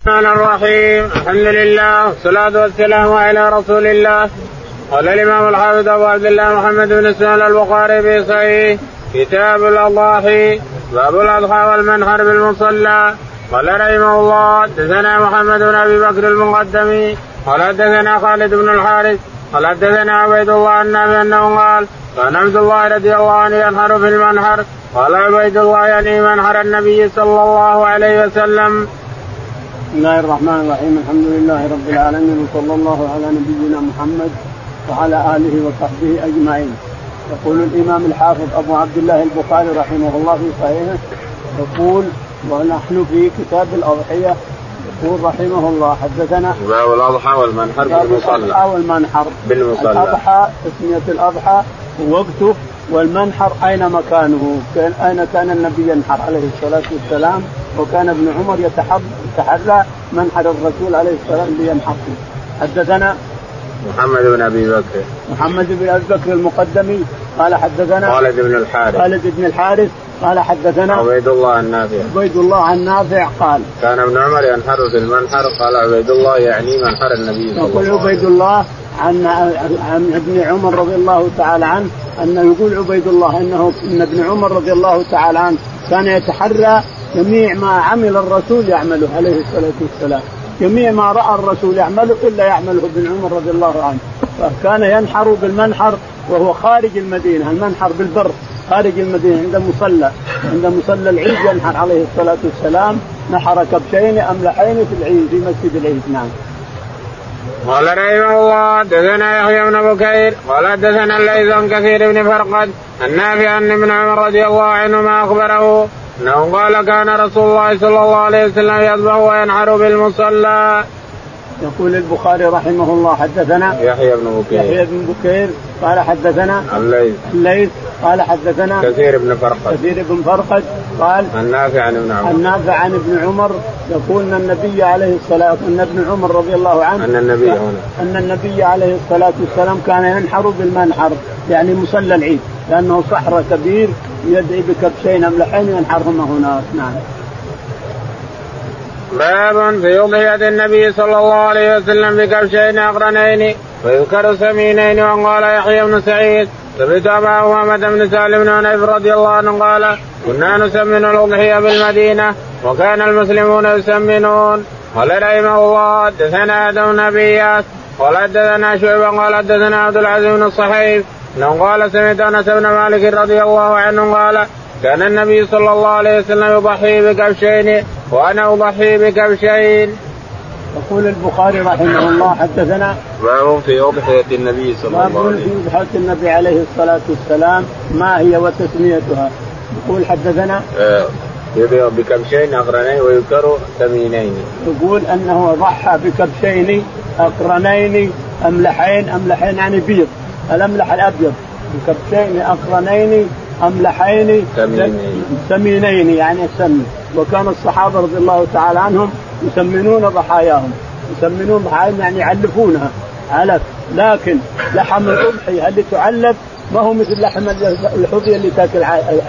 الرحمن الرحيم. الحمد لله والصلاة والسلام على رسول الله. قال الإمام الحافظ أبو عبد الله محمد بن إسماعيل البخاري في صحيح كتاب الأضاحي باب الأضحى والمنحر بالمصلى. قال رحمه الله حدثنا محمد بن أبي بكر المقدمي قال حدثنا خالد بن الحارث قال حدثنا عبيد الله النافع أنه قال كان عبد الله رضي الله عنه ينحر في المنحر. قال عبيد الله يعني منحر النبي صلى الله عليه وسلم. بسم الله الرحمن الرحيم. الحمد لله رب العالمين وصلى الله على نبينا محمد وعلى آله وصحبه أجمعين. يقول الإمام الحافظ أبو عبد الله البخاري رحمه الله في صحيحه يقول ونحن في كتاب الأضحية يقول رحمه الله حدثنا باب الأضحى والمنحر بالمصلى. الأضحى تسمية الأضحى ووقته والمنحر أين مكانه أين كان النبي ينحر عليه الصلاة والسلام وكان ابن عمر يتحرى منحر الرسول عليه السلام لينحر. حدثنا محمد بن أبي بكر المقدمي قال حدثنا خالد بن الحارث قال حدثنا عبيد الله النافع قال كان ابن عمر ينحر في المنحر. قال عبيد الله يعني منحر النبي صلى الله عليه وسلم. يقول عبيد الله عن ابن عمر رضي الله تعالى عنه أنه يقول عبيد الله إن ابن عمر رضي الله تعالى عنه كان يتحرى جميع ما عمل الرسول يعمله عليه الصلاة والسلام. جميع ما رأى الرسول يعمله إلا يعمله ابن عمر رضي الله عنه. فكان ينحر بالمنحر وهو خارج المدينة. المنحر بالبر خارج المدينة عند مصلى العيد ينحر عليه الصلاة والسلام. نحر كبشين أملحين في العيد في مسجد العيد. نعم. قال رحمه الله حدثنا يحيى بن بكير قال حدثنا الليث عن كثير بن فرقد النافع عن ابن عمر رضي الله عنهما أخبره أنه قال كان رسول الله صلى الله عليه وسلم يذبح وينحر بالمصلى. يقول البخاري رحمه الله حدثنا يحيى بن بكير قال حدثنا الليث قال حدثنا كثير بن فرقد قال النافع عن ابن عمر يقول ان النبي عليه الصلاة ان ابن عمر رضي الله عنه أن النبي عليه الصلاة والسلام كان ينحر بالمنحر يعني مصلى العيد لأنه صحراء كبير يدعي بكبشين أملحين ينحرهما هناك. نعم. باب في أضحية النبي صلى الله عليه وسلم بكبشين أقرنين ويذكر سمينين. وقال يحيى بن سعيد سمعت أبا أمامة بن سالم بن حنيف رضي الله عنه قال كنا نسمن الأضحية بالمدينة وكان المسلمون يسمنون. قال رحمه الله حدثنا آدم بن أبي إياس قال حدثنا شعبة قال حدثنا عبد العزيز بن الصحيح انه قال سمعت انس بن مالك رضي الله عنه قال كان النبي صلى الله عليه وسلم يضحي بكبشين وانا اضحي بكبشين. يقول البخاري رحمه الله حدثنا باب في أضحية النبي صلى الله عليه وسلم. في أضحية النبي عليه الصلاة والسلام ما هي وتسميتها. يقول حدثنا يضحي بكبشين أقرنين ويذكر سمينين. يقول أنه ضحى بكبشين أقرنين أملحين يعني بيض الأملح الأبيض بكبشين أقرنين أملحين سمينين يعني السمن. وكان الصحابة رضي الله تعالى عنهم يسمنون ضحاياهم يعني يعلفونها علف. لكن لحم الأضحية اللي تعلف ما هو مثل لحم الحضية اللي تأكل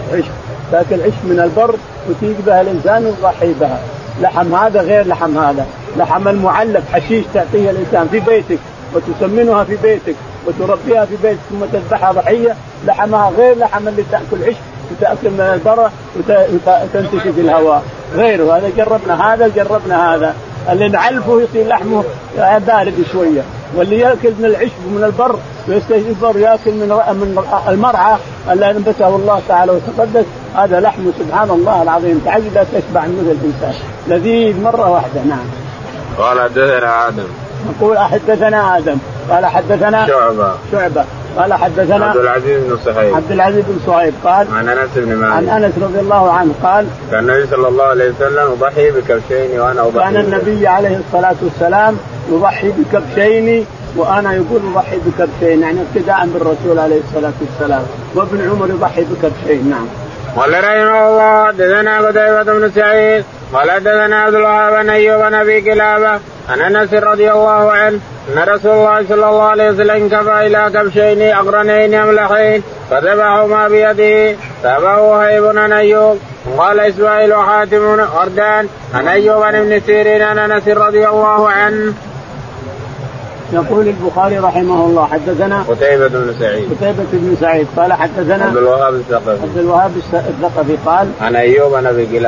عش من البر وتيجي بها الإنسان ويضحي بها. لحم هذا غير لحم هذا. لحم المعلف حشيش تعطيه الإنسان في بيتك وتسمنها في بيتك وتربيها في بيتك ثم تذبحها ضحية. لحمها غير لحم اللي تأكل عش وتأكل من البر وتنتشي في الهواء غيره. هذا جربنا هذا اللي نعلفه يصير لحمه بارد شوية. واللي يأكل من العشب ومن البر ويستجبر يأكل من المرعى اللي نبته الله تعالى وتقدس هذا لحمه سبحان الله العظيم تعجب لا تشبع مثل الإنسان لذيذ مرة واحدة. نعم. قال حدثنا آدم يقول حدثنا آدم قال حدثنا شعبة قال حدثنا عبد العزيز بن صهيب قال عن أنس رضي الله عنه قال كان النبي صلى الله عليه وسلم يضحي بكبشين وأنا أضحي. كان النبي عليه الصلاة والسلام يضحي بكبشين وأنا يقول يضحي بكبشين يعني ابتداء بالرسول عليه الصلاة والسلام. وابن عمر يضحي بكبشين. نعم. قال رحمه الله حدثنا قتيبة بن سعيد قال حدثنا عبد الوهاب بن أيوب بن أبي كلابة عن أنس رضي الله عنه أن رسول الله صلى الله عليه وسلم انكفى إلى كبشين أقرنين أملحين فذبحهما بيده. تابعه وهيب بن أيوب وقال إسماعيل وحاتم وردان عن أيوب بن سيرين عن أنس رضي الله عنه. يقول البخاري رحمه الله حدثنا قتيبة بن سعيد قال حدثنا عبد الوهاب الثقفي قال عن أيوب عن أبي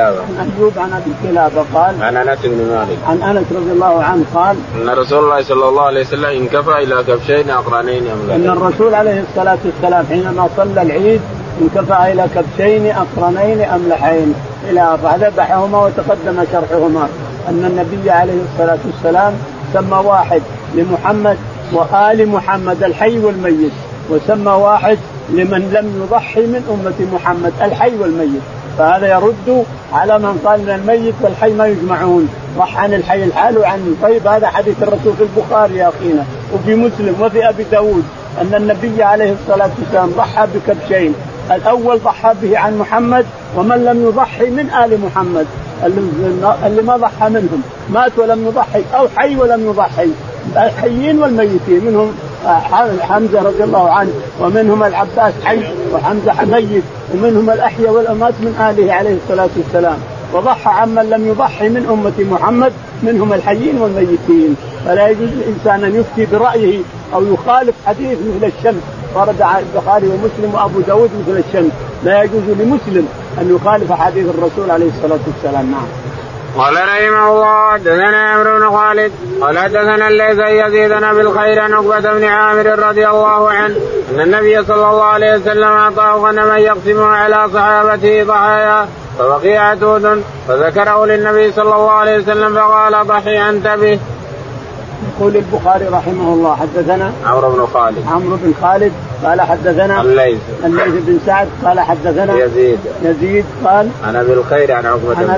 كلابة قال عن أنس بن مالك عن أنس رضي الله عنه قال أن رسول الله صلى الله عليه وسلم انكفى إلى كبشين أقرنين أن الرسول عليه الصلاة والسلام حينما صلى العيد انكفى إلى كبشين أقرنين أملحين إلى فذبحهما وتقدم شرحهما. أن النبي عليه الصلاة والسلام سمى واحد لمحمد وآل محمد الحي والميت، وسمى واحد لمن لم يضحي من أمة محمد الحي والميت. فهذا يرد على من قال من الميت والحي ما يجمعون، ضحى عن الحي الحال وعن طيب. هذا حديث الرسول في البخاري يا أخينا وفي مسلم وفي أبي داود أن النبي عليه الصلاة والسلام ضحى بكبشين، الأول ضحى به عن محمد ومن لم يضحي من آل محمد اللي ما ضحى منهم مات ولم يضحي أو حي ولم يضحي، الحيين والميتين منهم حمزة رضي الله عنه ومنهم العباس حي وحمزة ميت ومنهم الأحياء والأموات من آله عليه الصلاة والسلام. وضحى عمن لم يضحي من أمة محمد منهم الحيين والميتين. فلا يجوز الإنسان أن يفتي برأيه أو يخالف حديث مثل الشمس، ورد البخاري ومسلم وأبو داود مثل الشمس. لا يجوز لمسلم أن يخالف حديث الرسول عليه الصلاة والسلام. نعم. قال رحمه الله حدثنا عمرو بن خالد قال حدثنا الليث يزيدنا بالخير عن عقبة بن عامر رضي الله عنه أن النبي صلى الله عليه وسلم أعطاه غنما يقسمها على صحابته ضحايا فبقي عتود فذكره للنبي صلى الله عليه وسلم فقال ضحي أنت به. يقول البخاري رحمه الله حدثنا عمرو بن خالد قال حدثنا الليث بن سعد قال حدثنا يزيد قال عن أبي الخير عن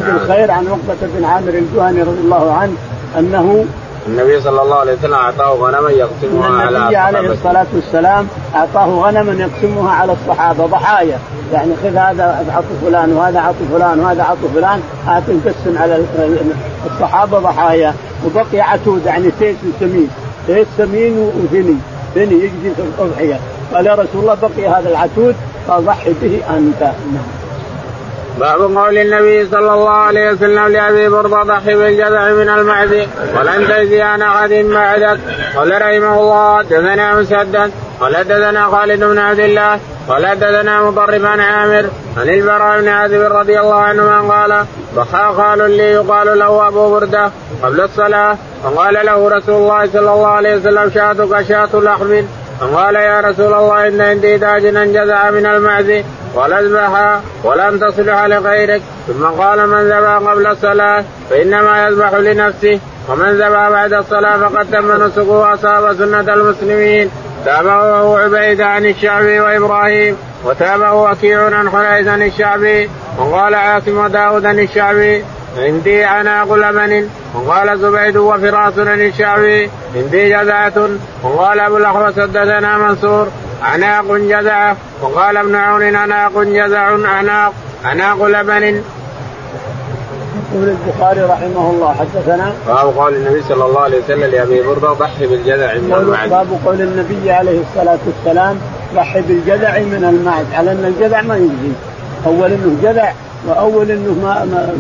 عقبة بن عامر الجهني رضي الله عنه أنه النبي صلى الله عليه وسلم أعطاه غنما يقسمها على النبي عليه الصلاة والسلام أعطاه غنما يقسمها على الصحابة ضحايا، يعني خذ هذا عطف فلان وهذا عطف فلان وهذا عطف فلان نقسم على الصحابة ضحايا. وبقي عتود يعني سيف سمين وثني يجزي في الأضحية. قال يا رسول الله بقي هذا العتود فضحي به أنت. باب قول النبي صلى الله عليه وسلم لأبي بردة ضحي بالجذع من المعز ولن تجزي عن أحد بعدك. قال رحمه الله حدثنا مسدد قال حدثنا خالد بن عبد الله قال حدثنا مضرب عن عامر عن البراء بن عازب رضي الله عنهما قال ضحى خال لي يقال له أبو بردة قبل الصلاة فقال له رسول الله صلى الله عليه وسلم شاتك شاة لحم فقال يا رسول الله إن عندي داجنا جزع من المعز ولذبحها ولم تصلح لغيرك. ثم قال من ذبح قبل الصلاة فإنما يذبح لنفسه ومن ذبح بعد الصلاة فقد تم نسكه وأصاب سنة المسلمين. تابعه عبيد عن الشعبي وإبراهيم وتابعه وكيع عن حنيس عن الشعبي وقال عاصم وداود عن الشعبي عندي عناق لبن وقال زبيد وفراس عن الشعبي عندي جزعة وقال أبو الأحوص حدثنا منصور عناق جزعة وقال ابن عون عناق جزع عناق لبن. يقول البخاري رحمه الله حدثنا باب قول النبي صلى الله عليه وسلم لأبي بردة ضحي بالجذع من المعز. باب قول النبي عليه الصلاة والسلام ضحي بالجذع من المعز على أن الجذع ما يجزي. أول إنه جذع وأول إنه ما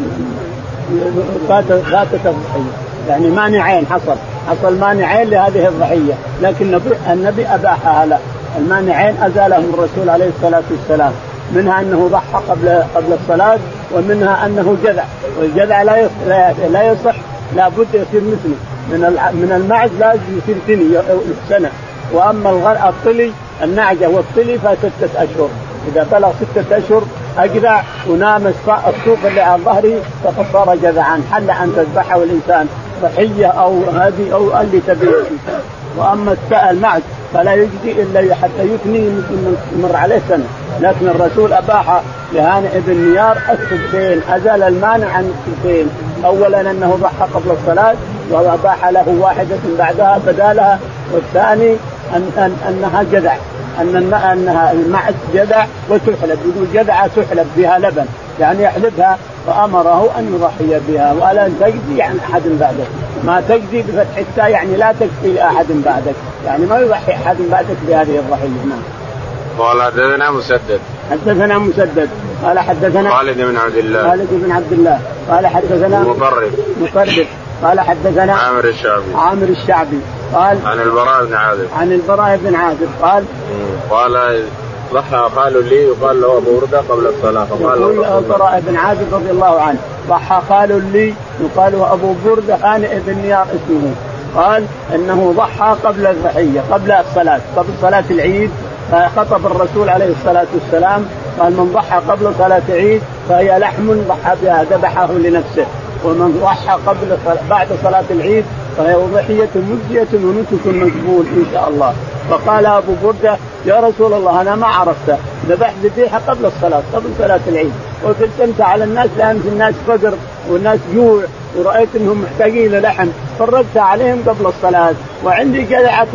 فاتت الضحية، يعني مانعين حصل مانعين لهذه الضحية، لكن النبي أباحها له. المانعين أزالهم الرسول عليه الصلاة والسلام، منها أنه ضحى قبل الصلاة ومنها أنه جذع، والجذع لا يصح لا بد يصير مثله من المعز لازم يصير سنة. وأما الطلي النعجة والطلي ف6 أشهر، إذا بلغ 6 أشهر أجذع ونام الصوف اللي على ظهره فقد صار جذعا حل أن تذبحه الإنسان ضحية أو هذه أو اللي تبيه. وأما المعز فلا يجزي إلا حتى يثني مر عليه سنة، لكن الرسول أباح لهانئ بن نيار السبتين، أزال المانع عن السبتين. أولا أنه ضحى قبل الصلاة وأباح له واحدة بعدها بدالها، والثاني أنها جذع، أنها المعز جذع وتحلب، يقول جذع تحلب بها لبن يعني يحلبها، فأمره أن يضحي بها ولا تجزي عن أحد بعدك. ما تجزي بفتح التاء يعني لا تكفي لأحد بعدك، يعني ما يضحي أحد بعدك بهذه الضحية. قال حدثنا مسدد قال حدثنا خالد بن عبد الله قال حدثنا مطرف قال حدثنا عامر الشعبي قال عن البراء بن عازب قال ضحى قالوا لي يقال له أبو بردة قبل الصلاة فقال البراء بن عازب رضي الله عنه ضحى قالوا لي يقال له أبو بردة هانئ بن نيار اسمه قال إنه ضحى قبل الضحية قبل صلاة العيد. خطب الرسول عليه الصلاة والسلام قال من ضحى قبل صلاة العيد فهي لحم ضحى بها ذبحه لنفسه ومن ضحى بعد صلاة العيد فهي ضحية مجزية ونسك مقبول إن شاء الله. فقال أبو بردة يا رسول الله أنا ما عرفت ذبحت ذبيحة قبل صلاة العيد وكنت على الناس لأن الناس فقر والناس جوع ورأيت أنهم محتاجين للحم فرقت عليهم قبل الصلاة وعندي جذعة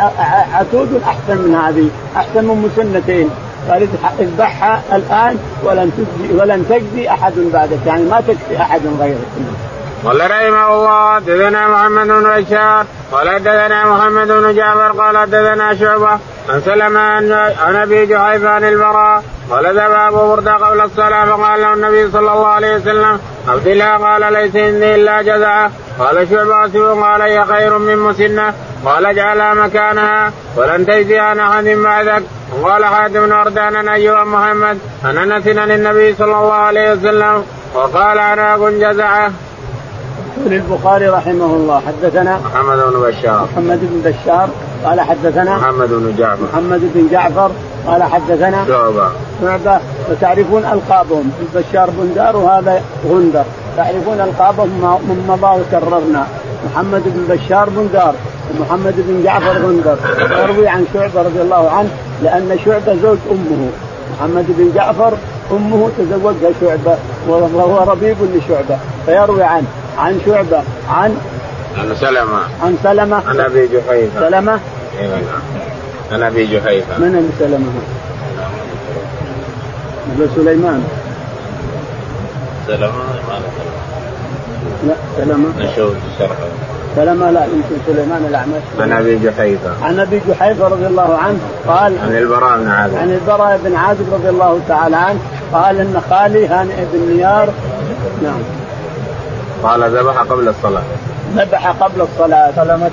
عتود أحسن من هذه أحسن من مسنتين قال اذبحها الآن ولن تجزي أحد بعدك يعني ما تكفي أحد غيرك. قال رحمه الله حدثنا محمد بن بشار قال حدثنا محمد بن جعفر قال حدثنا شعبة عن سلمة عن أبي جحيفة عن البراء قال ذهب أبو بردة قبل الصلاة فقال له النبي صلى الله عليه وسلم أبدلها قال ليس عندي إلا جزعة قال شعبة قال هي خير من مسنة قال اجعلها مكانها ولن تجزي عن أحد بعدك. قال حاتم بن أردان أيها محمد أنا نسنا للنبي صلى الله عليه وسلم وقال أنا أكن جزعة. البخاري رحمه الله حدثنا محمد بن بشار قال حدثنا محمد بن جعفر قال حدثنا شعبة. وتعرفون ألقابهم البشار بندار وهذا غندر تعرفون ألقابهم من مضى وكررنا. محمد بن بشار بندار ومحمد بن جعفر غندر يروي عن شعبة رضي الله عنه لأن شعبة زوج أمه. محمد بن جعفر أمه تزوجها شعبة وهو ربيب لشعبة فيروي عن شعبة عن سلمة عن أبي جحيفة سلمة عن أبي جحيفة من سلمة ابن سليمان لا سلمة نشوف الشرح سلمة لا يمكن سليمان الأعمش عن أبي جحيفة رضي الله عنه قال عن البراء بن عازب رضي الله تعالى عنه قال إن خالي هانئ بن نيار نعم قال ذبح قبل الصلاة سلمة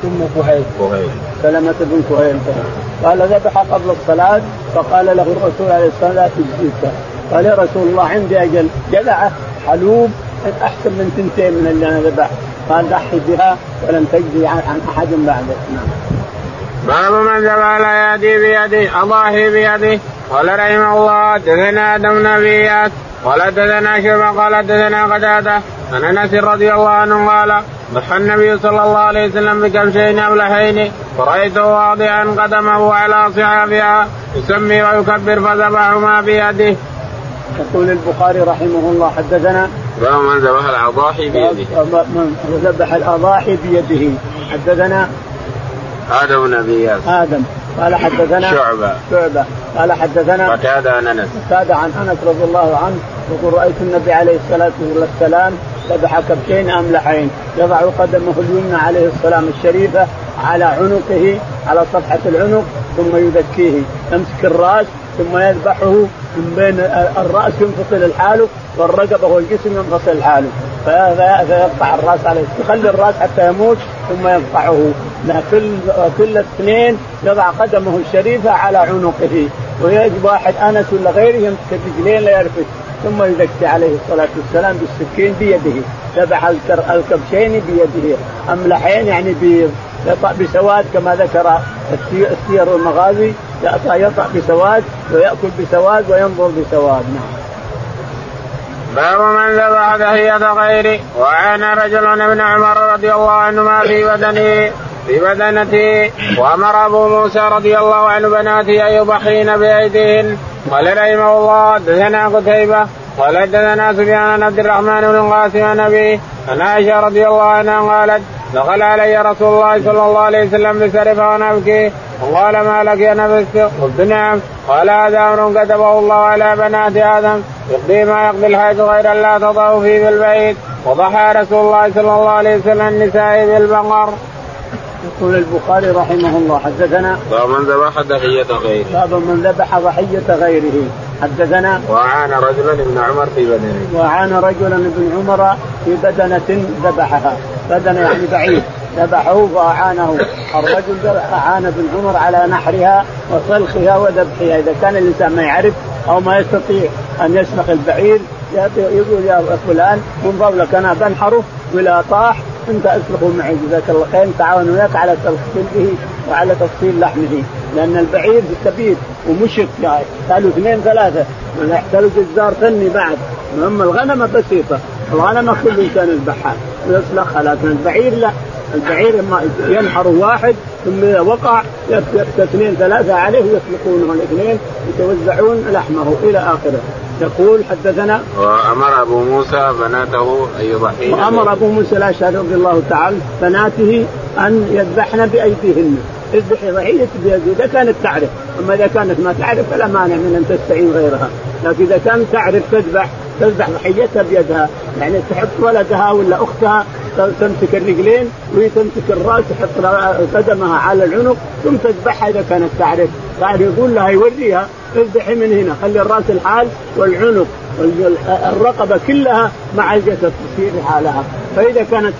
بن كهيل قال ذبح قبل الصلاة فقال له الرسول عليه الصلاة والسلام قال يا رسول الله عندي أجل جذعة حلوب أحسن من تنتين من اللي أنا ذبح قال ضحي بها ولن تجزي عن أحد بعدك. باب من ذبح لا يأتي بيده أضاحي بيده. قال رحمه الله حدثنا آدم بن إياس قال حدثنا شعبة قال حدثنا قتادة عن أنس رضي الله عنه قال ضحى النبي صلى الله عليه وسلم بكبشين أملحين فرأيته واضعا قدمه على صحابها يسمي ويكبر فذبحهما بيده. يقول البخاري رحمه الله حدثنا باب من ذبح الأضاحي بيده. من ذبح الأضاحي بيده. حدثنا آدم بن إياس قال حدثنا شعبة قال حدثنا قتادة عن أنس رضي الله عنه يقول رأيت النبي عليه الصلاة والسلام ذبح كبشين أملحين يضع قدمه اليمنى عليه السلام الشريفة على عنقه على صفحة العنق ثم يذكيه يمسك الرأس ثم يذبحه من بين الرأس ينفصل الحاله والرقبة والجسم ينفصل الحاله فيقطع الرأس عليه يخلي الرأس حتى يموت ثم يقطعه كل اثنين يضع قدمه الشريفة على عنقه ويجب واحد أنس ولا غيره يمسك الرجلين لا يرفس ثم يذكي عليه الصلاة والسلام بالسكين بيده. ذبح الكبشين بيده أملحين يعني يطأ بسواد كما ذكر السير والمغازي يطأ بسواد ويأكل بسواد وينظر بسواد. باب من ذبح ضحية غيره. وعان رجل ابن عمر رضي الله عنهما في بدنته وأمر أبو موسى رضي الله عنه بناته أن يضحين بأيديهن. قال رحمه الله حدثنا قتيبة قال حدثنا سفيان بن عبد الرحمن بن القاسم عن أبيه عن عائشة رضي الله عنها قالت دخل علي رسول الله صلى الله عليه وسلم بسرف وانا ابكي وقال ما لك يا نفس؟ قلت نعم. قال هذا امر كتبه الله على بنات آدم يقضي ما يقضي الحاج غير لا تضعوا فيه بالبيت. وضحى رسول الله صلى الله عليه وسلم النساء بالبقر. يقول البخاري رحمه الله حدثنا باب من ذبح ضحية غيره. باب من ذبح ضحية غيره. حدثنا وأعان رجلا ابن عمر في بدنه. وأعان رجلا ابن عمر في بدنة ذبحها، بدنة يعني بعيد ذبحه وأعانه الرجل، أعان ابن عمر على نحرها وصلخها وذبحها. إذا كان الإنسان ما يعرف أو ما يستطيع أن يسلخ البعير يقول يا فلان من فضلك أنا بنحره ولا طاح أنت أسلخه معي جزاك الله خير، تعاون وياك على سلخ جلده وعلى تفصيل لحمه، لأن البعير كبير ومشق يعني قالوا 2 3 يحتاج جزار ثاني بعد. أما الغنم بسيطة، الغنم كل إنسان يذبحها ويسلخها، لكن البعير لا، البعير ما ينحر واحد ثم وقع 2 3 عليه يسلقونه الاثنين يتوزعون لحمه إلى آخره. يقول حدثنا وأمر أبو موسى بناته أن يضحين، وأمر أبو موسى الأشعري رضي الله تعالى بناته أن يذبحن بأيديهن، اذبحي ضحية بيدها إذا كانت تعرف، أما إذا كانت ما تعرف فلا مانع من أن تستعين غيرها، لكن إذا كانت تعرف تذبح ضحيتها بيدها، يعني تحط ولدها ولا أختها تمسك الرجلين وهي تمسك الرأس، تحط قدمها على العنق ثم تذبحها إذا كانت تعرف. يقول لها يوريها اذبحي من هنا، خلي الرأس الحال والعنق والرقبة كلها مع الجسد تصير حالها. فإذا كانت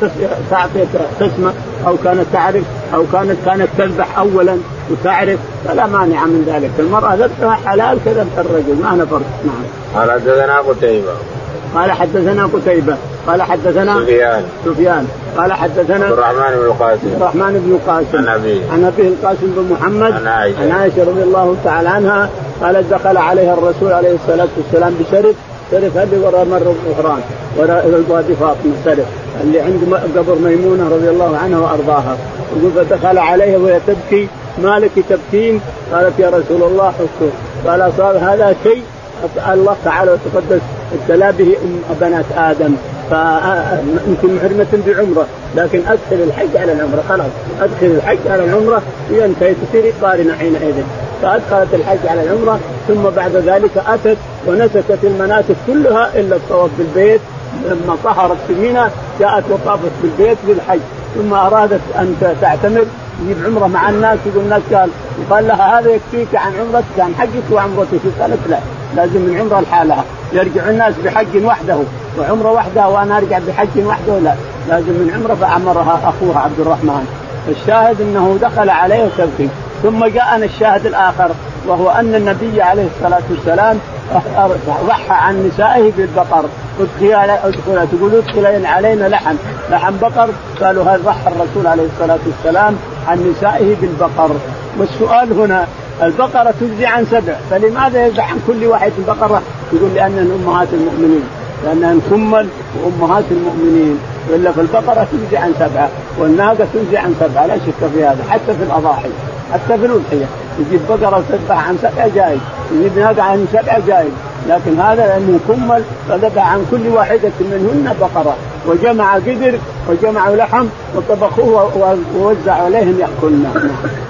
تسمع أو كانت تعرف أو كانت تذبح أولا وتعرف فلا مانع من ذلك. المرأة ذبحها حلال كذا الرجل ما أنا فرق. نعم. قال حدثنا قتيبة قال حدثنا قتيبة قال حدثنا سفيان قال حدثنا عبد الرحمن بن القاسم عن أبيه القاسم بن محمد عن عائشة رضي الله تعالى عنها قالت دخل عليها الرسول عليه الصلاة والسلام بشرف هذه وراء مر الغفران وراء الوادي فاطمة الشرف اللي عند قبر ميمونة رضي الله عنها وأرضاها. فدخل عليها وهي تبكي ما لك تبكين؟ قالت يا رسول الله حسن. قال صار هذا شيء الله تعالى وتقدس ابتلى به بنات آدم، فأنت محرمة بعمرة لكن أدخل الحج على العمرة، خلاص أدخل الحج على العمرة ينتهي تصير قارنة حينئذ. فأدخلت الحج على العمرة ثم بعد ذلك أتت ونسكت المناسك كلها إلا الطواف بالبيت. لما طهرت في منى جاءت وطافت بالبيت بالحج، ثم أرادت أن تعتمر تجيب عمرة مع الناس، يقول الناس قال لها هذا يكفيك عن عمرتك عن حجك وعمرتك. قالت لا، لازم من عمرة لحالها، يرجع الناس بحج وحده وعمرة وحده وأنا أرجع بحج وحده، لا لازم من عمرة. فأمرها أخوها عبد الرحمن. الشاهد أنه دخل عليه وتبكي. ثم جاءنا الشاهد الآخر وهو أن النبي عليه الصلاة والسلام ضحى عن نسائه بالبقر. ادخل تقول ادخل علينا لحم بقر، قالوا هل ضحى الرسول عليه الصلاة والسلام عن نسائه بالبقر. والسؤال هنا البقرة تجزي عن 7، فلماذا يجزي عن كل واحد بقرة؟ يقول لأنهن أمهات المؤمنين، لأنهن كمل وأمهات المؤمنين، وإلا فالبقرة تجزي عن 7 والناقة تجزي عن 7 لا شك في هذا. حتى في الأضاحي حتى في الأضحية يجيب بقرة وتذبح عن 7 جائز، يجيب ناقة عن 7 جائز، لكن هذا لأنه كمل فذبح عن كل واحدة منهن بقرة، وجمع قدر وجمعوا لحم وطبخوه ووزعوا عليهم يأكلون.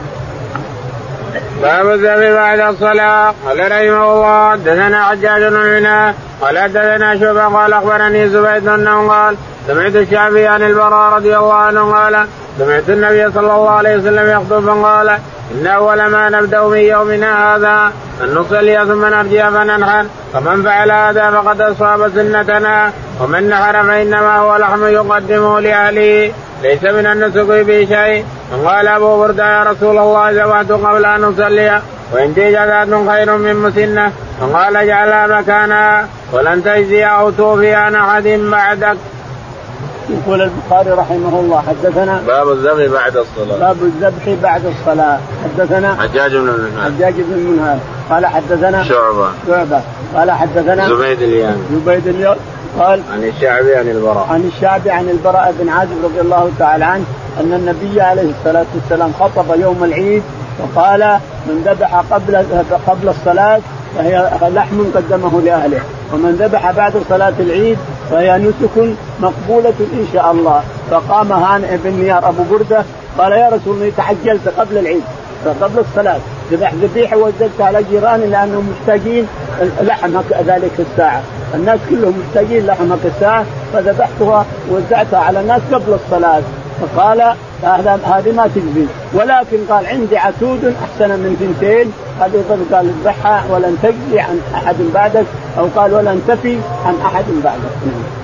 باب الذبح بعد الصلاة. قال رحمه الله حدثنا حجاج بن منهال قال حدثنا شعبة قال أخبرني زبيد أنه قال سمعت الشعبي عن البراء رضي الله عنه قال سمعت النبي صلى الله عليه وسلم يخطب فقال إن أول ما نبدأ من يومنا هذا أن نصلي ثم نرجع فننحر، فمن فعل هذا فقد أصاب سنتنا، ومن نحر فإنما هو لحم يقدمه لأهله ليس من النسك به شيء. فقال أبو بردة يا رسول الله ذبحت قبل أن نصلي وإن جزات خير من مسنة. فقال اجعلها مكانها ولن تجزي أو توفي عن أحد بعدك. يقول البخاري رحمه الله حدثنا باب الذبح بعد الصلاة. باب الذبح بعد الصلاة. حدثنا حجاج بن منهال قال حدثنا شعبة قال حدثنا زبيد اليوم قال عن الشعبي عن البراء بن عازب رضي الله تعالى عنه أن النبي عليه الصلاة والسلام خطب يوم العيد وقال من ذبح قبل الصلاة فهي لحم قدمه لأهله، ومن ذبح بعد صلاة العيد فهي نسك مقبولة إن شاء الله. فقام هانئ بن نيار أبو بردة قال يا رسول الله تعجلت قبل العيد قبل الصلاة ذبح ذبيحة وزدت على جيراني لأنهم محتاجين لحمها ذلك الساعة، الناس كلهم محتاجين لحمها الساعة، فذبحتها ووزعتها على الناس قبل الصلاة. فقال هذه ما تجزي. ولكن قال عندي عتود أحسن من 2 قال اذبحها ولن تجزي عن أحد بعدك، أو قال ولن تفي عن أحد بعدك.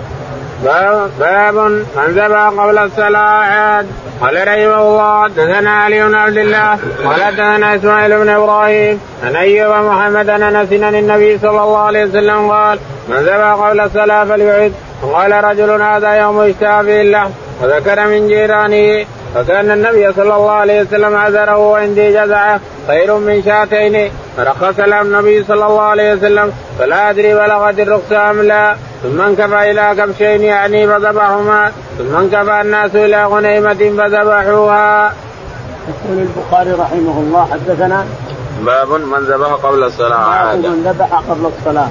باب من ذبح قبل الصلاة عاد. قال رحمه الله حدثنا علي بن عبد الله قال حدثنا إسماعيل بن إبراهيم عن أيوب محمد عن أنس عن النبي صلى الله عليه وسلم قال من ذبح قبل الصلاة فليعد. قال رجل هذا يوم اشتهى به اللحم وذكر من جيرانه فكان النبي صلى الله عليه وسلم عذره وعندي جزعه خير من 2 فرخص له النبي صلى الله عليه وسلم فلا أدري بلغت الرخصة أم لا. ثم انكفى إلى كبشين يعني فذبحهما ثم انكفى الناس إلى غنيمة فذبحوها. يقول البخاري رحمه الله حدثنا باب من ذبح قبل الصلاة أعاد. من ذبح قبل الصلاة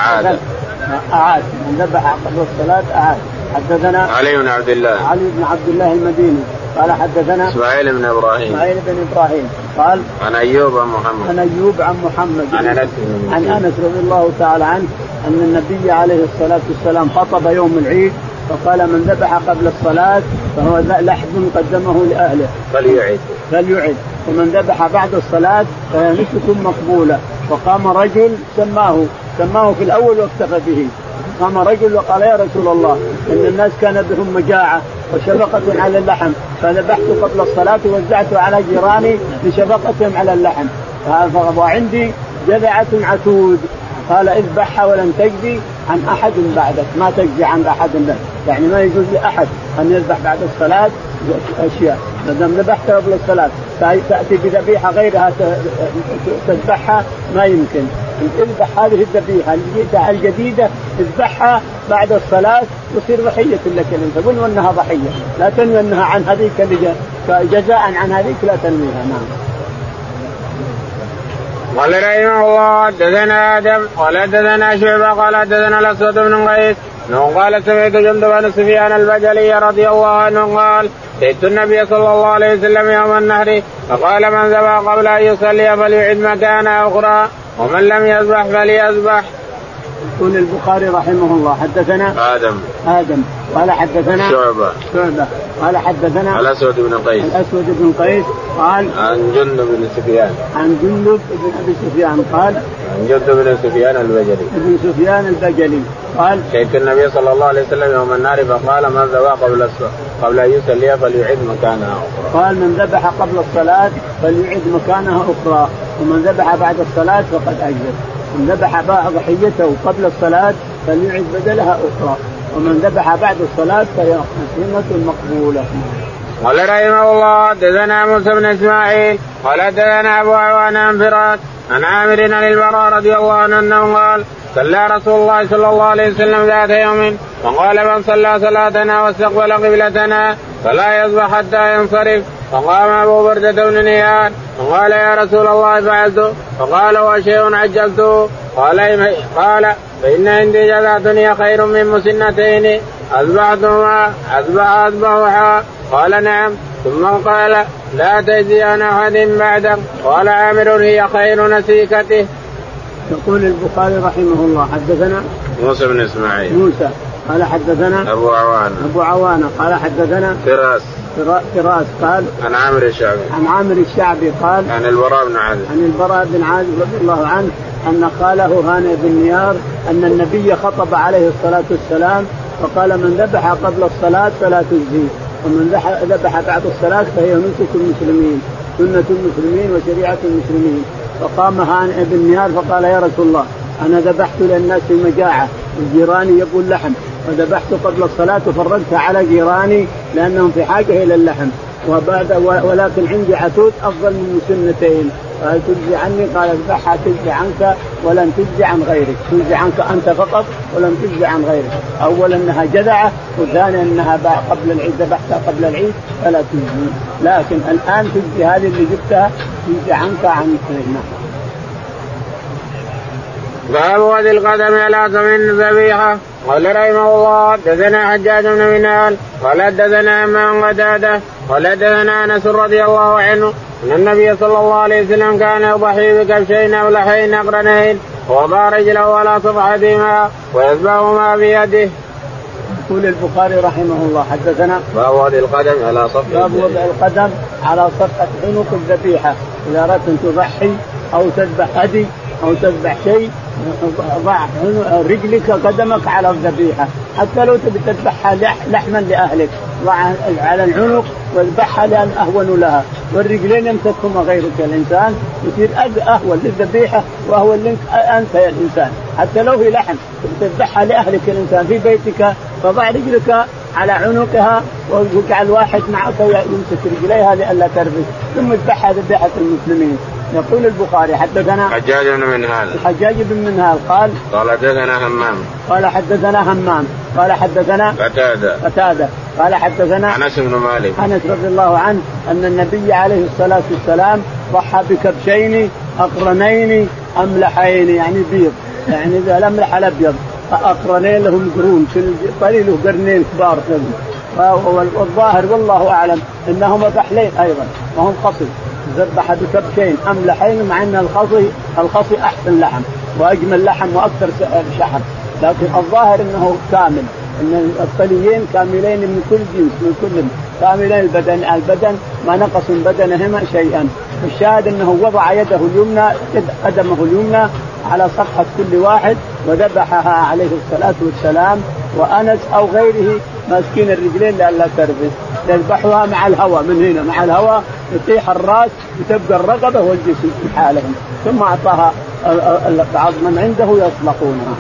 أعاد. من ذبح قبل الصلاة أعاد. حدثنا علي بن عبد الله المديني قال حدثنا إسماعيل بن إبراهيم قال عن أيوب عن محمد عن أنس رضي الله تعالى عنه أن النبي عليه الصلاة والسلام خطب يوم العيد فقال من ذبح قبل الصلاة فهو لحم قدمه لأهله فليعد ومن ذبح بعد الصلاة فهي نسك مقبولة. وقام رجل سماه في الأول واكتفى به. قام رجل وقال يا رسول الله إن الناس كان بهم مجاعة وشفقة على اللحم فذبحت قبل الصلاة ووزعته على جيراني لشفقتهم على اللحم وعندي جذعة عتود. قال اذبحها ولن تجزي عن أحد بعدك. ما تجزي عن أحد بعدك يعني ما يجوز لأحد أن يذبح بعد الصلاة أشياء. ما دام ذبحت قبل الصلاة تأتي بذبيحة غيرها تذبحها ما يمكن. اذبح هذه الذبيحة الجديدة اذبحها بعد الصلاة تصير ضحية لك. تقول أنها ضحية لا تنوي أنها عن هذيك جزاء عن هذيك لا تنويها. نعم. قال رحمه الله حدثنا آدم قال حدثنا شعبة قال حدثنا الأسود بن قيس قال سمعت جندب بن سفيان البجلي رضي الله عنه قال اتيت النبي صلى الله عليه وسلم يوم النهر فقال من ذبح قبل أن يصلي فليعد مكانه أخرى ومن لم يذبح فليذبح. يقول البخاري رحمه الله حدثنا آدم قال حدثنا شعبة قال حدثنا الأسود بن قيس قال عن جندب بن سفيان أبي سفيان قال عن جندب بن سفيان البجلي قال شهدت النبي صلى الله عليه وسلم يوم النار فقال من ذبح قبل أن يصلي فليعد مكانها أخرى. قال من ذبح قبل الصلاة فليعد مكانها أخرى ومن ذبح بعد الصلاة فقد أجزر. من ذبح ضحيته قبل الصلاة فليعد بدلها أخرى ومن ذبح بعد الصلاة فهي سنة مقبولة. قال رحمه الله حدثنا موسى بن إسماعيل قال حدثنا أبو عوان عن فراس عن عامر عن البراء رضي الله عنه أنه قال صلى رسول الله صلى الله عليه وسلم ذات يوم وقال من صلى صلاتنا واستقبل قبلتنا فلا يصبح حتى ينصرف. فقام أبو بردة بن نيار وقال يا رسول الله فعلت. فقال هو شيء عجلته. قال فإن عندي جزعة خير من مسنتين أذبحها. قال نعم. ثم قال لا تجزي عن أحد بعدك. قال عامر هي خير نسيكته. يقول البخاري رحمه الله حدثنا موسى بن إسماعيل قال حدثنا أبو عوانة قال حدثنا فراس قال عن عامر الشعبي قال عن البراء بن عازب رضي الله عنه أن خاله هانئ بن نيار أن النبي خطب عليه الصلاة والسلام فقال من ذبح قبل الصلاة فلا تجزي ومن ذبح بعد الصلاة فهي نسك المسلمين سنة المسلمين وشريعة المسلمين. فقام هانئ بن نيار فقال يا رسول الله أنا ذبحت للناس في مجاعة الجيراني يبغوا اللحم وذبحت قبل الصلاة وفرجتها على جيراني لأنهم في حاجة إلى اللحم ولكن عندي عتود أفضل من سنتين قال تجزي عني. قال اذبحها تجزي عنك ولن تجزي عن غيرك. تجزي عنك أنت فقط ولن تجزي عن غيرك. أولا أنها جذعة وثانيا أنها قبل العيد ذبحتها قبل العيد فلا تجزي. لكن الآن تجزي هذه اللي جبتها تجزي عنك عن غيرنا. باب وذي القدم على ثمن الذبيحة. قال رحمه الله حدثنا حجاج بن منهال قال حدثنا عن قتادة قال حدثنا أنس رضي الله عنه أن النبي صلى الله عليه وسلم كان يضحي بكبشين أو لحين أقرنين ووضع رجله على صفحتهما ويذبحهما بيده. يقول البخاري رحمه الله حدثنا باب وضع القدم على صفحة باب وضع القدم على صفحة عنق الذبيحة. إذا أردت أن تضحي أو تذبح هدي أو تذبح شيء ضع رجلك قدمك على الذبيحة، حتى لو تبي تذبحها لحما لأهلك ضع على العنق واذبحها لأن أهون لها، والرجلين يمسكهما غيرك الإنسان يصير أهون للذبيحة وأهون لك أنت يا الإنسان. حتى لو هي لحم تذبحها لأهلك الإنسان في بيتك فضع رجلك على عنقها واجعل واحد معك يمسك رجليها لئلا تربس، ثم اذبحها ذبيحة المسلمين. يقول البخاري حدثنا حجاج بن منهال الحجاج بن منهال قال حدثنا همام قال حدثنا همام قال حدثنا قتادة قال حدثنا أنس بن مالك أنس رضي الله عنه أن النبي عليه الصلاة والسلام ضحى بكبشين أقرنين أملحين، يعني بيض، يعني إذا الأملح الأبيض أقرنين لهم قرون قليل له قرنين كبار، والظاهر والله أعلم إنهما فحلين أيضا وهم قصي. ذبح بكبشين أملحين، مع أن الخصي أحسن لحم وأجمل لحم وأكثر شحم، لكن الظاهر أنه كامل، أن الطليين كاملين من كل جنس من كل كاملين البدن ما نقص من بدنهما شيئا. الشاهد أنه وضع يده اليمنى قدمه اليمنى على صفحة كل واحد وذبحها عليه الصلاة والسلام، وأنس أو غيره ماسكين الرجلين لئلا تربس، يذبحها مع الهواء من هنا مع الهواء يطيح الراس وتبقى الرقبة والجسم في حالهم، ثم أعطاها بعض من عنده يطلقونها.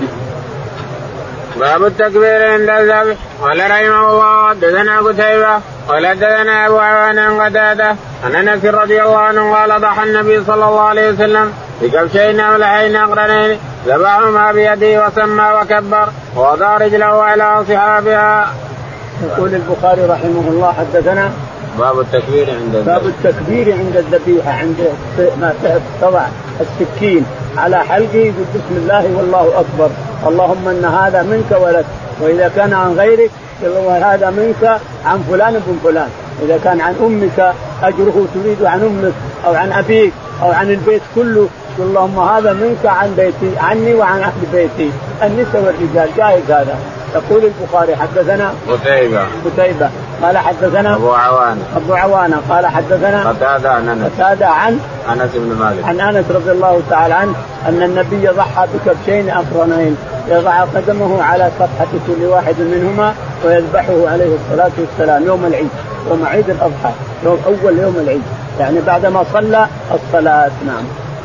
باب التكبير عند الذبح. قال رحمه الله حدثنا قتيبة قال حدثنا أبو عوان عن قتادة عن أنس رضي الله عنه قال ضحى النبي صلى الله عليه وسلم بكبشين أملحين أقرنين ذبحهما بيده وسمى وكبر ووضع رجله على صحابها. يقول البخاري رحمه الله حدثنا باب التكبير عند الذبيحة، عند ما تضع السكين على حلقه يقول بسم الله والله أكبر، اللهم إن هذا منك ولك، وإذا كان عن غيرك يقول هذا منك عن فلان بن فلان، إذا كان عن أمك أجره تريد عن أمك أو عن أبيك أو عن البيت كله، اللهم هذا منك عن بيتي عني وعن أهل بيتي النساء والرجال، جائز هذا. يقول البخاري حدثنا قتيبة قال حدثنا أبو عوانة قال حدثنا قتادة عن أنس رضي الله تعالى عنه أن النبي ضحى بكبشين أقرنين يضع قدمه على صفحة كل واحد منهما ويذبحه عليه الصلاة والسلام يوم العيد، يوم عيد الأضحى، أول يوم العيد، يعني بعدما صلى الصلاة. نعم.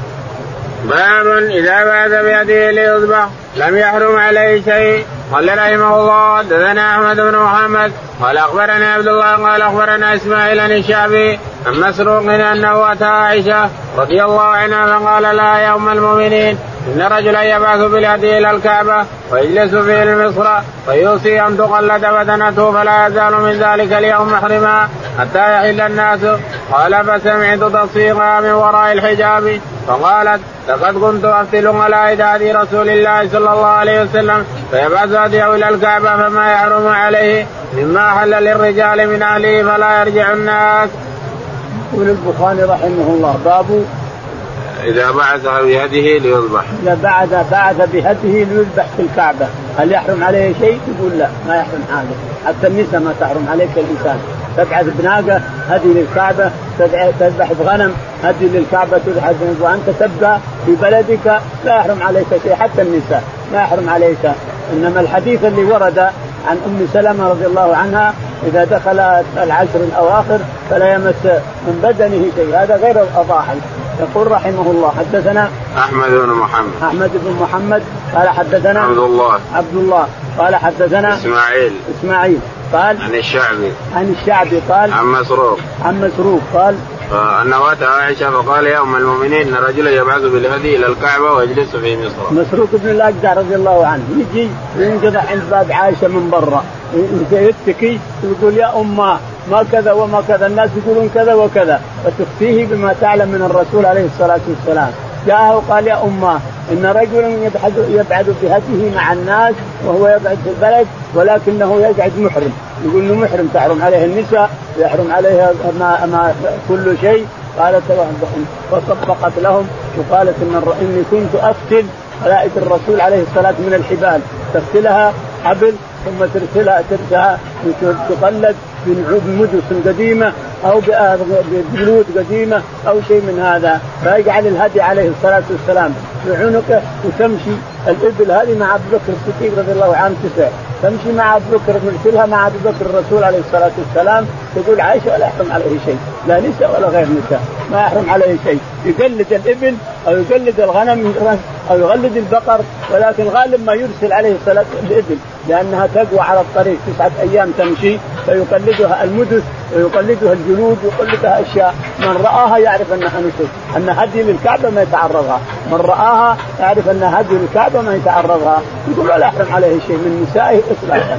باب إذا بعث بيده ليذبح لم يحرم عليه شيء. قال رحمه الله حدثنا أحمد بن محمد قال أخبرنا عبد الله قال أخبرنا إسماعيل عن الشعبي عن مسروق أنه أتى عائشة رضي الله عنها فقال لها يا أم المؤمنين إن رجلا يبعث بالهدي إلى الكعبة ويجلس في المصر فيوصي أن تقلد بدنته فلا يزال من ذلك اليوم محرما حتى يحل الناس. قال فسمعت تصفيقها من وراء الحجاب فقالت لقد كنت أفتل على هدي رسول الله صلى الله عليه وسلم فيبعث هديه إلى الكعبة فما يحرم عليه مما حل للرجال من أهله فلا يرجع الناس. يقول البخاري رحمه الله باب إذا بعث بهديه ليذبح. إذا بعث بهديه ليذبح في الكعبة هل يحرم عليه شيء؟ يقول لا ما يحرم عليه، حتى النساء ما تحرم عليك الإنسان، تبعث بناقة هدي للكعبة، تذبح بغنم هدي للكعبة تذبح، وأنت تبقى في بلدك لا يحرم عليك شيء، حتى النساء ما يحرم عليك. إنما الحديث اللي ورد عن أم سلمة رضي الله عنها إذا دخل العشر الأواخر فلا يمس من بدنه شيء، هذا غير الأضاحي. يقول رحمه الله حدثنا أحمد بن محمد قال حدثنا عبد الله قال حدثنا إسماعيل قال عن الشعبي قال عن مسروق قال أنه أتى عائشة فقال يا أم المؤمنين إن رجلا يبعث بالهدي إلى الكعبة ويجلس في مصر. مسروق بن الأجدع رضي الله عنه يجي ينقض عند باب عائشة من برا يتكي يقول يا أمه ما كذا وما كذا، الناس يقولون كذا وكذا، وتخفيه بما تعلم من الرسول عليه الصلاة والسلام. جاءه وقال يا أمه إن رجلا يبعد بهديه مع الناس وهو يبعد في البلد ولكنه يقعد محرم، يقول له محرم تحرم عليه النساء يحرم عليها ما كل شيء. قالت فصفقت لهم وقالت إني كنت أفتل خلائق الرسول عليه الصلاة من الحبال، تفتلها حبل ثم ترسلها تقلد بمدس قديمة أو بجلود قديمة أو شيء من هذا، فيجعل الهدي عليه الصلاة والسلام في عنقه وتمشي الإبل هذه مع أبو بكر الصديق رضي الله عنه 9 تمشي مع أبو بكر مرسلها مع أبو بكر الرسول عليه الصلاة والسلام. تقول عائشة ولا يحرم عليه شيء، لا نساء ولا غير نساء ما يحرم عليه شيء، يقلد الإبل أو يقلد الغنم أو يقلد البقر، ولكن غالب ما يرسل عليه الصلاة الإبل لأنها تقوى على الطريق 9 أيام تمشي، فيقلدها المدس ويقلدها الجلود ويقلدها أشياء. من رآها يعرف أنها نسك، أن هدي للكعبة ما يتعرضها، من رآها يعرف أن هدي للكعبة ما يتعرضها. يقول ولا يحرم عليه شيء من نسائه إطلاقا.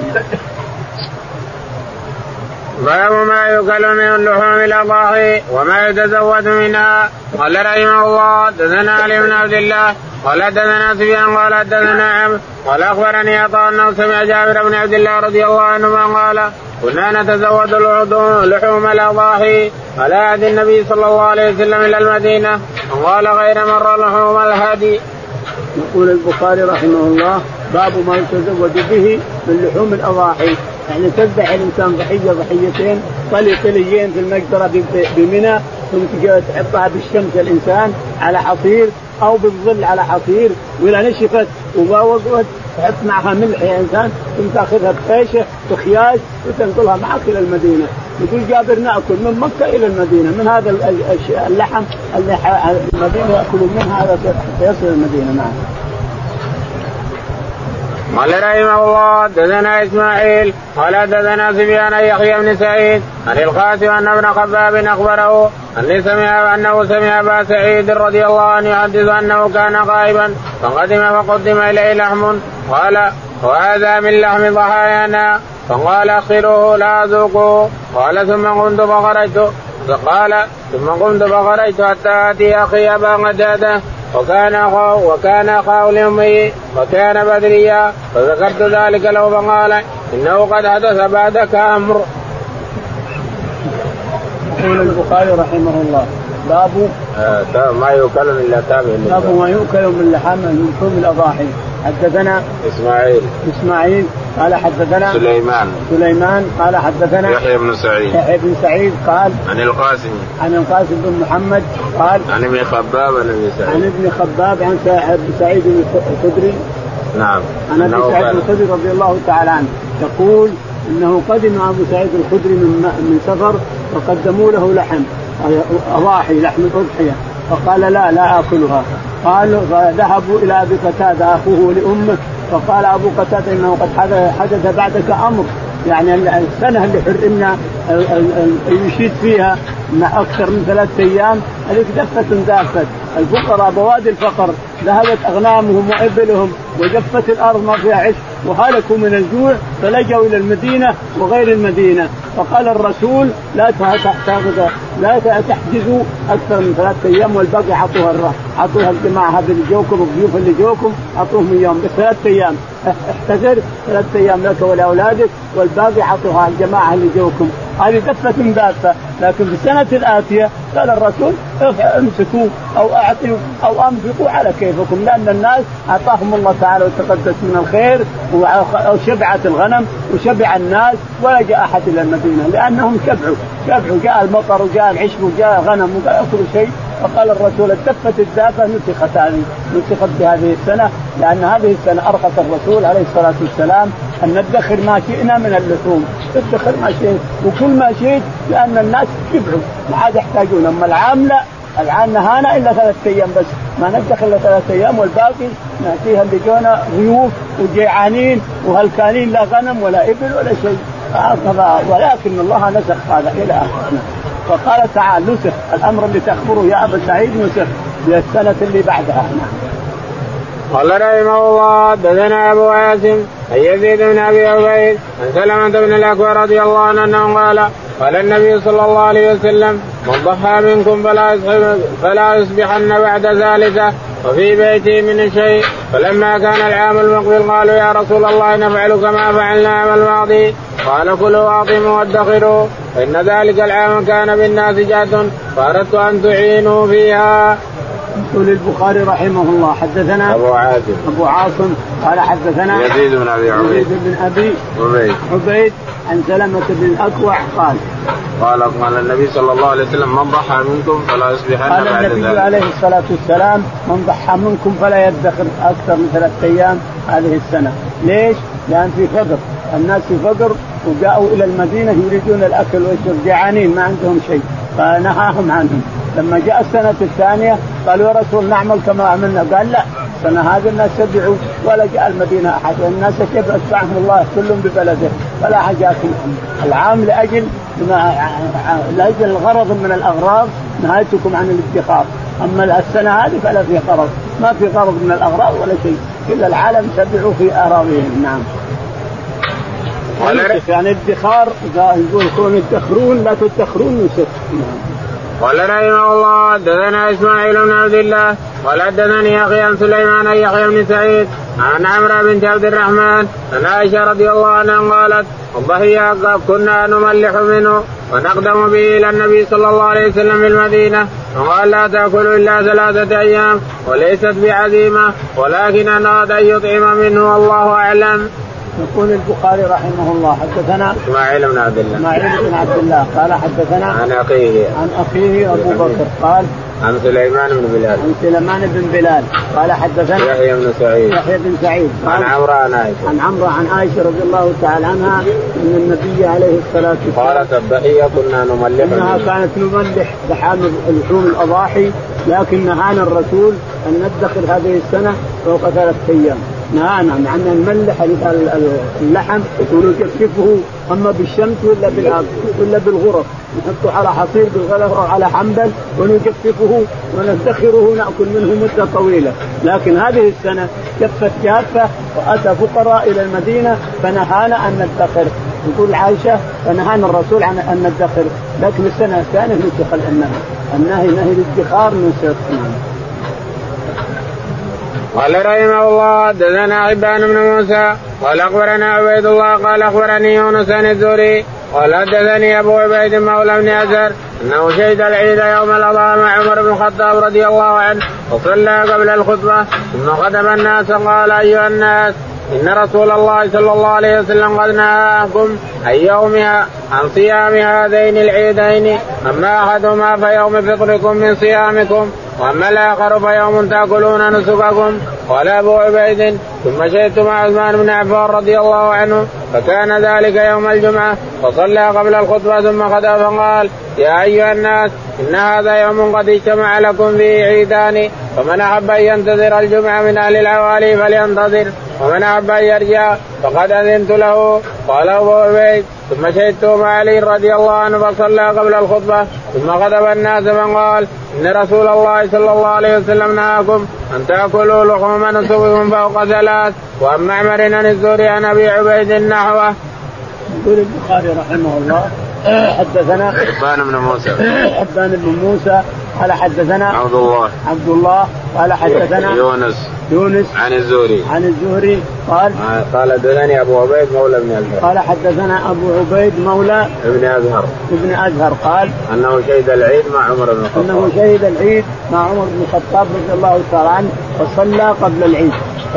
باب ما يؤكل من اللحوم الأضاحي وما يتزود منها. قال رحمه الله حدثنا علي بن عبد الله قال حدثنا سفيان قال حدثنا عمرو قال أخبرني عطاء أنه سمع جابر بن عبد الله رضي الله عنهما قال كنا نتزود لحوم الأضاحي على عهد النبي صلى الله عليه وسلم إلى المدينة، وقال غير مرة لحوم الهدي. يقول البخاري رحمه الله باب ما يتزود به من لحوم الأضاحي، يعني تذبح الإنسان ضحيتين طليين في المقدرة بمنى، ثم تحطها بالشمس الإنسان على حصير أو بالظل على حصير، وإذا نشفت ووقفت تحط معها ملح يا إنسان، ثم تأخذها بفيشة بخياج وتنقلها معك إلى المدينة. يقول جابر نأكل من مكة إلى المدينة من هذا اللحم المدينة يأكلون منها هذا يصل المدينة. نعم. قال رحمه الله حدثنا إسماعيل قال حدثنا سفيان يحيى بن سعيد عن القاسم أن ابن خباب أخبره أنه سمع أبا سعيد رضي الله عنه يحدث أنه كان غائبا فقدم فقدم إليه لحم قال وهذا من لحم ضحايانا، فقال أخروه لا أذوقه. قال ثم قمت فخرجت حتى آتي أخي أبا قتادة وكان أخاه لأمه وكان بدريا، فذكرت ذلك له فقال إنه قد حدث بعدك أمر. يقول البخاري رحمه الله باب ما يؤكل من لحوم الأضاحي. حدثنا إسماعيل قال حدثنا سليمان قال حدثنا يحيى بن سعيد قال عن القاسم بن محمد قال عن ابن خباب عن سعيد الخدري. نعم. عن ابي سعيد الخدري رضي الله تعالى عنه يقول انه قدم ابو سعيد الخدري من سفر فقدموا له لحم أضاحي لحم الأضحية، فقال لا آكلها. قالوا فذهبوا إلى أبي قتادة أخوه لأمه، فقال أبو قتادة إنه قد حدث بعدك أمر، يعني السنة اللي حرمنا يشيد فيها أكثر من 3 أيام هذيك دفت الفقراء بوادي الفقر ذهبت أغنامهم وإبلهم وجفت الأرض ما فيها عيش وهلكوا من الجوع فلجوا إلى المدينة وغير المدينة. فقال الرسول لا تحجزوا أكثر من 3 أيام والباقي عطوها الجماعة هذا اللي جوكم والضيوف اللي جوكم عطوهم يوم بس 3 أيام احتجر 3 أيام لك ولأولادك والباقي عطوها الجماعة اللي جوكم. هذه دفة دافة. لكن في السنة الآتية قال الرسول امسكوا أو أعطوا أو أنفقوا على كيفكم، لأن الناس أعطاهم الله تعالى وتقدس من الخير وشبعت الغنم وشبع الناس ولا جاء أحد إلى المدينة لأنهم شبعوا جاء المطر وجاء العشب وجاء غنم وجاء كل شيء. فقال الرسول الدفة الدافة نسخت بهذه السنة، لأن هذه السنة أرخص الرسول عليه الصلاة والسلام أن ندخر ما شئنا من اللحوم، ندخر ما شئت وكل ما شئت، لأن الناس شبعوا ما عاد يحتاجون. أما العام نهانا إلا 3 أيام بس، ما ندخل إلا 3 أيام والباقي نأتيها اللي جونا ضيوف وجيعانين وهلكانين لا غنم ولا إبل ولا شيء. ولكن الله نسخ هذا إلى آخره. فقال تعالى نسخ الأمر اللي تخبره يا أبا سعيد نسخ للسنة اللي بعدها. قال رحمه الله حدثنا أبو عاصم عن يزيد بن أبي عبيد عن سلمة بن الأكوع رضي الله عنه قال النبي صلى الله عليه وسلم من ضحى منكم فلا يصبحن بعد ثالثة وفي بيته من شيء. فلما كان العام المقبل قالوا يا رسول الله نفعل كما فعلنا عام الماضي؟ قال كلوا واطعموا وادخروا فإن ذلك العام كان بالناس جاد فأردت أن تعينوا فيها. يقول البخاري رحمه الله حدثنا أبو عاصم قال حدثنا يزيد بن أبي عبيد عن سلمة بن الأكوع قال النبي صلى الله عليه وسلم من ضحى منكم فلا يصبحن بعد ذلك. قال النبي عليه الصلاة والسلام من ضحى منكم فلا يدخر أكثر من 3 أيام هذه السنة. ليش؟ لأن في فقر، الناس في فقر وجاءوا إلى المدينة يريدون الأكل والشرب جعانين ما عندهم شيء فنهاهم عنهم. لما جاء السنة الثانية قالوا يا رسول نعمل كما عملنا، قال لا السنة هذه الناس سبعوا ولا جاء المدينة أحد والناس كيف أسمعهم الله كلهم ببلده فلا حاجاتهم. العام لأجل الغرض من الأغراض نهايتكم عن الادخار، أما السنة هذه فلا في غرض، ما في غرض من الأغراض ولا شيء، كل العالم سبعوا في أراضيهم. نعم. يعني الادخار يقول كون الدخرون لا تدخرون يسر. قال رحمه الله حدثنا إسماعيل بن عبد الله قال حدثني أخي عن سليمان أن يحيى بن سعيد عن عمرو بنت عبد الرحمن عن عائشة رضي الله عنها قالت الضحية كنا نملح منه ونقدم به إلى النبي صلى الله عليه وسلم في المدينة وقال لا تأكلوا إلا 3 أيام وليست بعزيمة ولكن أراد أن يطعم منه والله أعلم. يقول البخاري رحمه الله حدثنا إسماعيل بن عبد الله قال حدثنا عن أخيه أبو بكر قال عن سليمان بن بلال قال حدثنا يحيى بن سعيد عن عمرو عن عائشة رضي الله تعالى عنها أن النبي عليه الصلاة والسلام قالت الضحية كنا نملح إنها كانت نملح لحوم الأضاحي لكن نهانا الرسول أن ندخر هذه السنة فوق 3 أيام. نعم عن نملح اللحم ونجففه أما بالشمس ولا بالغرف نحطه على حصير بالغلف أو على حنبل ونجففه وندخره نأكل منه مدة طويلة. لكن هذه السنة جفت جافة وأتى فقراء إلى المدينة فنهانا أن ندخر. يقول عائشة فنهانا الرسول عن أن ندخر لكن السنة الثانية نسخ النهي الادخار نسخ. قال رحمه الله حدثنا عبان بن موسى قال أخبرنا عبيد الله قال أخبرني يونس عن الزهري قال حدثني أبو عبيد مولى بن أزهر أنه شهد العيد يوم الأضحى مع عمر بن الخطاب رضي الله عنه وصلى قبل الخطبة ثم خطب الناس قال أيها الناس إن رسول الله صلى الله عليه وسلم قد نهاكم عن يومها عن صيام هذين العيدين أما أحدهما فيوم فطركم من صيامكم وأما الآخر فيوم تأكلون نسككم. قال أبو عبيد ثم شهدت مع عثمان بن عفان رضي الله عنه فكان ذلك يوم الجمعة فصلى قبل الخطبة ثم خطب فقال يا أيها الناس إن هذا يوم قد اجتمع لكم فيه عيدان فمن أحب أن ينتظر الجمعة من أهل العوالي فلينتظر ومن أحب أن يرجع فقد أذنت له. قال أبو عبيد ثم شهدت مع علي رضي الله عنه فصلى قبل الخطبة ثم خطب الناس فقال إن رسول الله صلى الله عليه وسلم نهاكم أن تأكلوا لحوم نسككم فوق 3. وأما معمر عن الزهري عن أبي عبيد نحوه. يقول البخاري رحمه الله حدثنا حبان بن موسى قال حدثنا عبد الله قال حدثنا يونس عن الزهري قال حدثني أبو عبيد مولى ابن أزهر قال حدثنا أبو عبيد مولى ابن أزهر قال أنه شهد العيد مع عمر بن الخطاب رضي الله تعالى عنه وصلى قبل العيد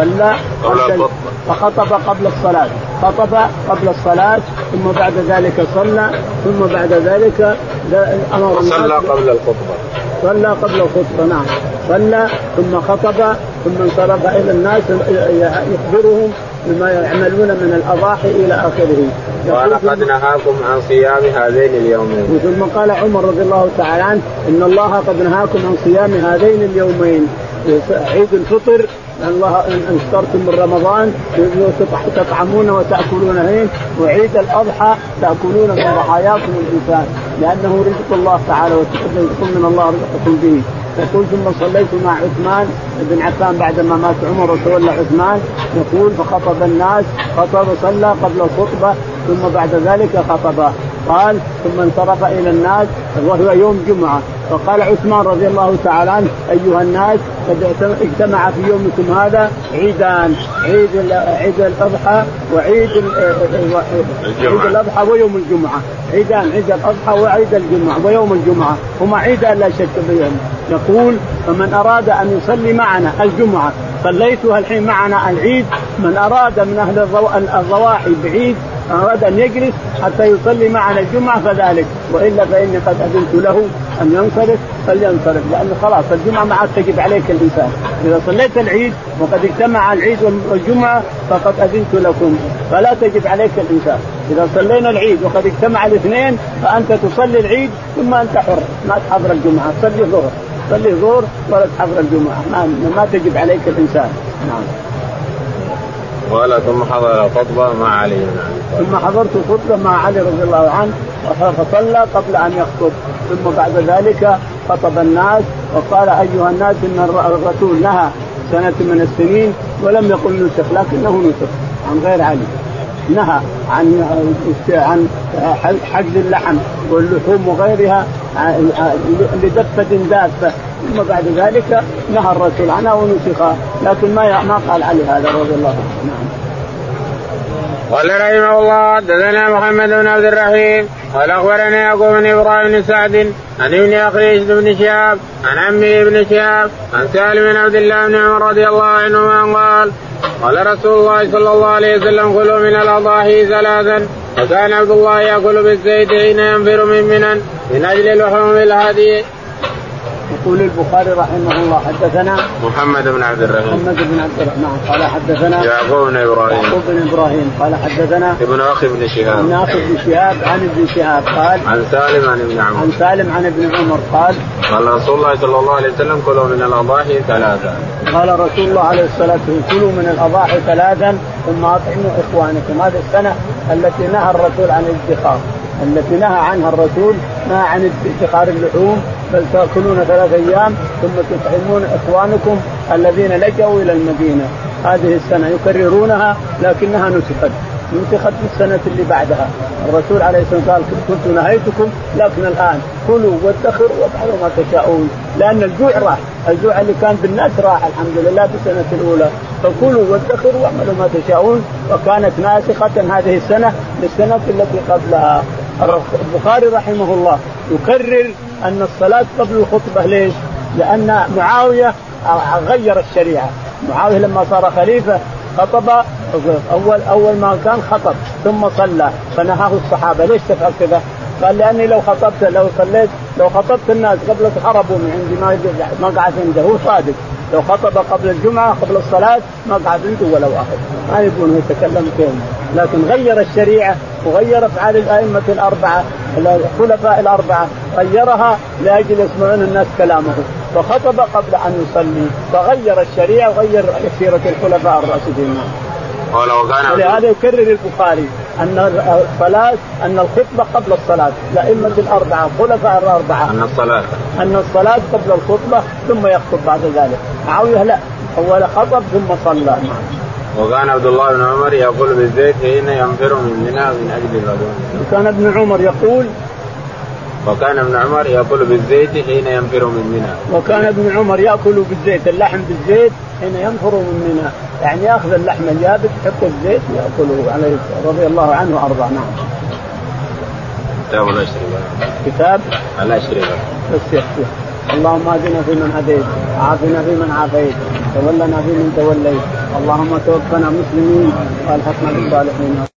فخطب قبل الصلاة ثم بعد ذلك صلى ثم بعد ذلك أمر صلى قبل الخطبة نعم صلى ثم خطب ثم انصرف إلى الناس يخبرهم بما يعملون من الأضاحي إلى آخره. قال قد نهاكم عن صيام هذين اليومين. ثم قال عمر رضي الله تعالى عنه إن الله قد نهاكم عن صيام هذين اليومين عيد الفطر الله إن افطرتم من رمضان تطعمون وتأكلون هين وعيد الأضحى تأكلون من ضحاياكم الإنسان لأنه رزق الله تعالى وتقدم من الله رزقكم به. يقول ثم صليت مع عثمان بن عفان بعدما مات عمر وتولى عثمان يقول فخطب الناس صلى قبل الخطبة ثم بعد ذلك خطبه قال ثم انصرف إلى الناس وهو يوم جمعة فقال عثمان رضي الله تعالى عنه أيها الناس قد اجتمع في يومكم هذا عيدان عيد الأضحى وعيد الأضحى ويوم الجمعة عيدان عيد الأضحى وعيد الجمعة ويوم الجمعة هما عيدان لا شك بهم يقول فمن أراد أن يصلي معنا الجمعة صليتها الحين معنا العيد، من أراد من أهل الضواحي بعيد أراد أن يجلس حتى يصلي معنا الجمعة فذلك، وإلا فإني قد أذنت له أن ينصرف فلينصرف، لأنه خلاص الجمعة ما عاد تجب عليك الإنسان. إذا صليت العيد وقد اجتمع العيد والجمعة فقد أذنت لكم فلا تجب عليك الإنسان. إذا صلينا العيد وقد اجتمع الاثنين فأنت تصلي العيد ثم أنت حر ما تحضر الجمعة، صلي ظهر ولا تحضر الجمعة، ما تجب عليك الإنسان. نعم. قال ثم حضر الخطبة مع علي ثم حضرت الخطبة مع علي رضي الله عنه فصلى قبل أن يخطب، ثم بعد ذلك خطب الناس وقال أيها الناس إن الرسول نهى سنة من السنين ولم يقل نسخ لكنه نسخ عن غير علي، نهى عن حجز اللحم واللحوم وغيرها لدفة دافة، ثم بعد ذلك نهى الرسول عنها ونسخها، لكن ما قال علي هذا رضي الله عنه. قال رحمه الله حدثنا محمد بن عبد الرحيم قال أخبرنا يعقوب بن إبراهيم بن سعد عن ابن أخي بن شهاب عن عمه بن شهاب عن سالم بن عبد الله بن عمر رضي الله عنهما قال قال رسول الله صلى الله عليه وسلم كلوا من الأضاحي ثلاثا، وكان عبد الله يأكل بالزيت حين ينفر من منى من أجل لحوم الهدي. يقول البخاري رحمه الله حدثنا محمد بن عبد الرحمن قال حدثنا يعقوب بن إبراهيم قال حدثنا ابن أخي بن شهاب عن ابن شهاب قال عن سالم عن ابن عمر قال رسول الله صلى الله عليه وسلم كلوا من الأضاحي ثلاثا. قال رسول الله عليه الصلاة والسلام كلوا من الأضاحي ثلاثا ثم أطعموا إخوانكم. هذه السنة التي نهى الرسول عن الادخار، التي نهى عنها الرسول نهى عن ادخار اللحوم، بل تأكلون 3 أيام ثم تطعمون إخوانكم الذين لجأوا إلى المدينة. هذه السنة يكررونها لكنها نسخت في السنة اللي بعدها. الرسول عليه الصلاة والسلام قال كنت نهيتكم لكن الآن كلوا وادخروا وافعلوا ما تشاءون، لأن الجوع راح، الجوع اللي كان بالناس راح الحمد لله في السنة الأولى، فكلوا وادخروا واعملوا ما تشاءون، وكانت ناسخة هذه السنة للسنة التي قبلها. البخاري رحمه الله يكرر أن الصلاة قبل الخطبة. ليش؟ لأن معاوية غير الشريعة. معاوية لما صار خليفة خطب أول ما كان خطب ثم صلى فنهاه الصحابة. ليش تفعل كذا؟ قال لأني لو خطبت الناس قبل هربوا من عندي ما قعد عنده. هو صادق، لو خطب قبل الجمعة قبل الصلاة ما قعد عنده ولا واحد، ما يكون يتكلم كلمة. لكن غير الشريعة وغير أفعال الأئمة الأربعة الخلفاء الأربعة، غيرها لأجل يسمعون الناس كلامه، فخطب قبل أن يصلي فغير الشريعة وغير سيرة الخلفاء الراشدين. ولهذا يكرر البخاري أن الخطبة قبل الصلاة، الأئمة الأربعة الخلفاء الأربعة أن الصلاة قبل الخطبة ثم يخطب بعد ذلك. معاوية لا، أول خطب ثم صلى. وكان عبد الله بن عمر يأكل بالزيت حين ينفر من منى من أجل الغدوة. وكان ابن عمر يأكل بالزيت حين ينفر بالزيت، اللحم بالزيت حين ينفر من منى، يعني يأخذ اللحم اليابس يحط الزيت يأكله عليه رضي الله عنه وأرضاه. نعم. كتاب الأشربة. اللهم اهدنا فيمن هديت، عافنا فيمن عافيت، تولنا فيمن توليت، اللهم توفنا مسلمين والحقنا بالصالحين.